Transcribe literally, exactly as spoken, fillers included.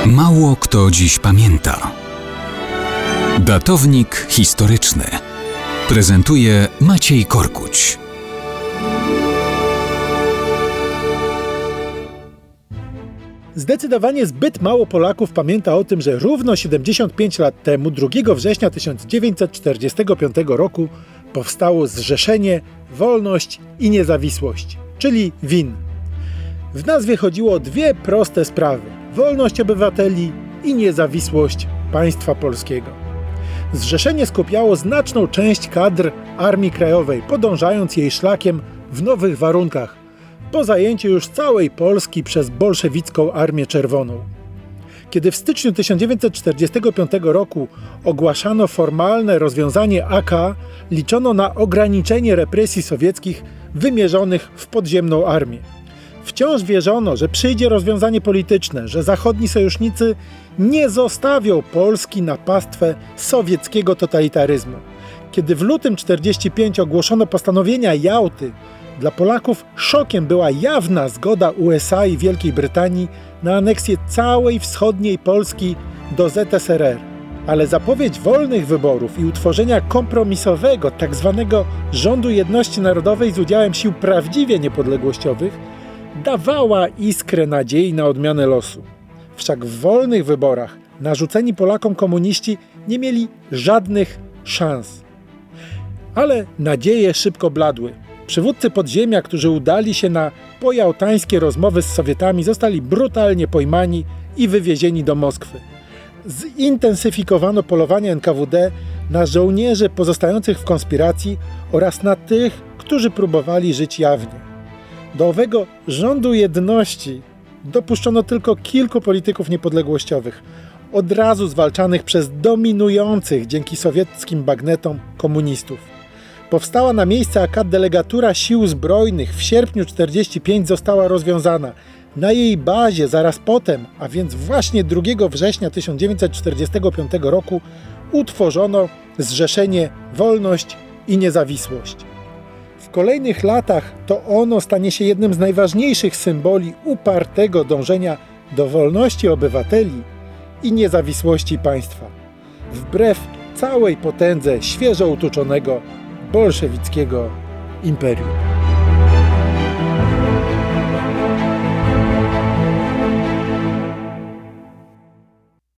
Mało kto dziś pamięta. Datownik historyczny prezentuje Maciej Korkuć. Zdecydowanie zbyt mało Polaków pamięta o tym, że równo siedemdziesiąt pięć lat temu, drugiego września tysiąc dziewięćset czterdziestego piątego roku, powstało Zrzeszenie Wolność i Niezawisłość, czyli W I N. W nazwie chodziło o dwie proste sprawy: wolność obywateli i niezawisłość państwa polskiego. Zrzeszenie skupiało znaczną część kadr Armii Krajowej, podążając jej szlakiem w nowych warunkach, po zajęciu już całej Polski przez bolszewicką Armię Czerwoną. Kiedy w styczniu tysiąc dziewięćset czterdziestego piątego roku ogłaszano formalne rozwiązanie A K, liczono na ograniczenie represji sowieckich wymierzonych w podziemną armię. Wciąż wierzono, że przyjdzie rozwiązanie polityczne, że zachodni sojusznicy nie zostawią Polski na pastwę sowieckiego totalitaryzmu. Kiedy w lutym tysiąc dziewięćset czterdziestego piątego ogłoszono postanowienia Jałty, dla Polaków szokiem była jawna zgoda U S A i Wielkiej Brytanii na aneksję całej wschodniej Polski do Z S R R. Ale zapowiedź wolnych wyborów i utworzenia kompromisowego tzw. rządu jedności narodowej z udziałem sił prawdziwie niepodległościowych dawała iskrę nadziei na odmianę losu. Wszak w wolnych wyborach narzuceni Polakom komuniści nie mieli żadnych szans. Ale nadzieje szybko bladły. Przywódcy podziemia, którzy udali się na pojałtańskie rozmowy z Sowietami, zostali brutalnie pojmani i wywiezieni do Moskwy. Zintensyfikowano polowanie N K W D na żołnierzy pozostających w konspiracji oraz na tych, którzy próbowali żyć jawnie. Do owego rządu jedności dopuszczono tylko kilku polityków niepodległościowych, od razu zwalczanych przez dominujących dzięki sowieckim bagnetom komunistów. Powstała na miejsce A K delegatura sił zbrojnych w sierpniu tysiąc dziewięćset czterdziestego piątego została rozwiązana. Na jej bazie zaraz potem, a więc właśnie drugiego września tysiąc dziewięćset czterdziestego piątego roku, utworzono Zrzeszenie Wolność i Niezawisłość. W kolejnych latach to ono stanie się jednym z najważniejszych symboli upartego dążenia do wolności obywateli i niezawisłości państwa, wbrew całej potędze świeżo utuczonego bolszewickiego imperium.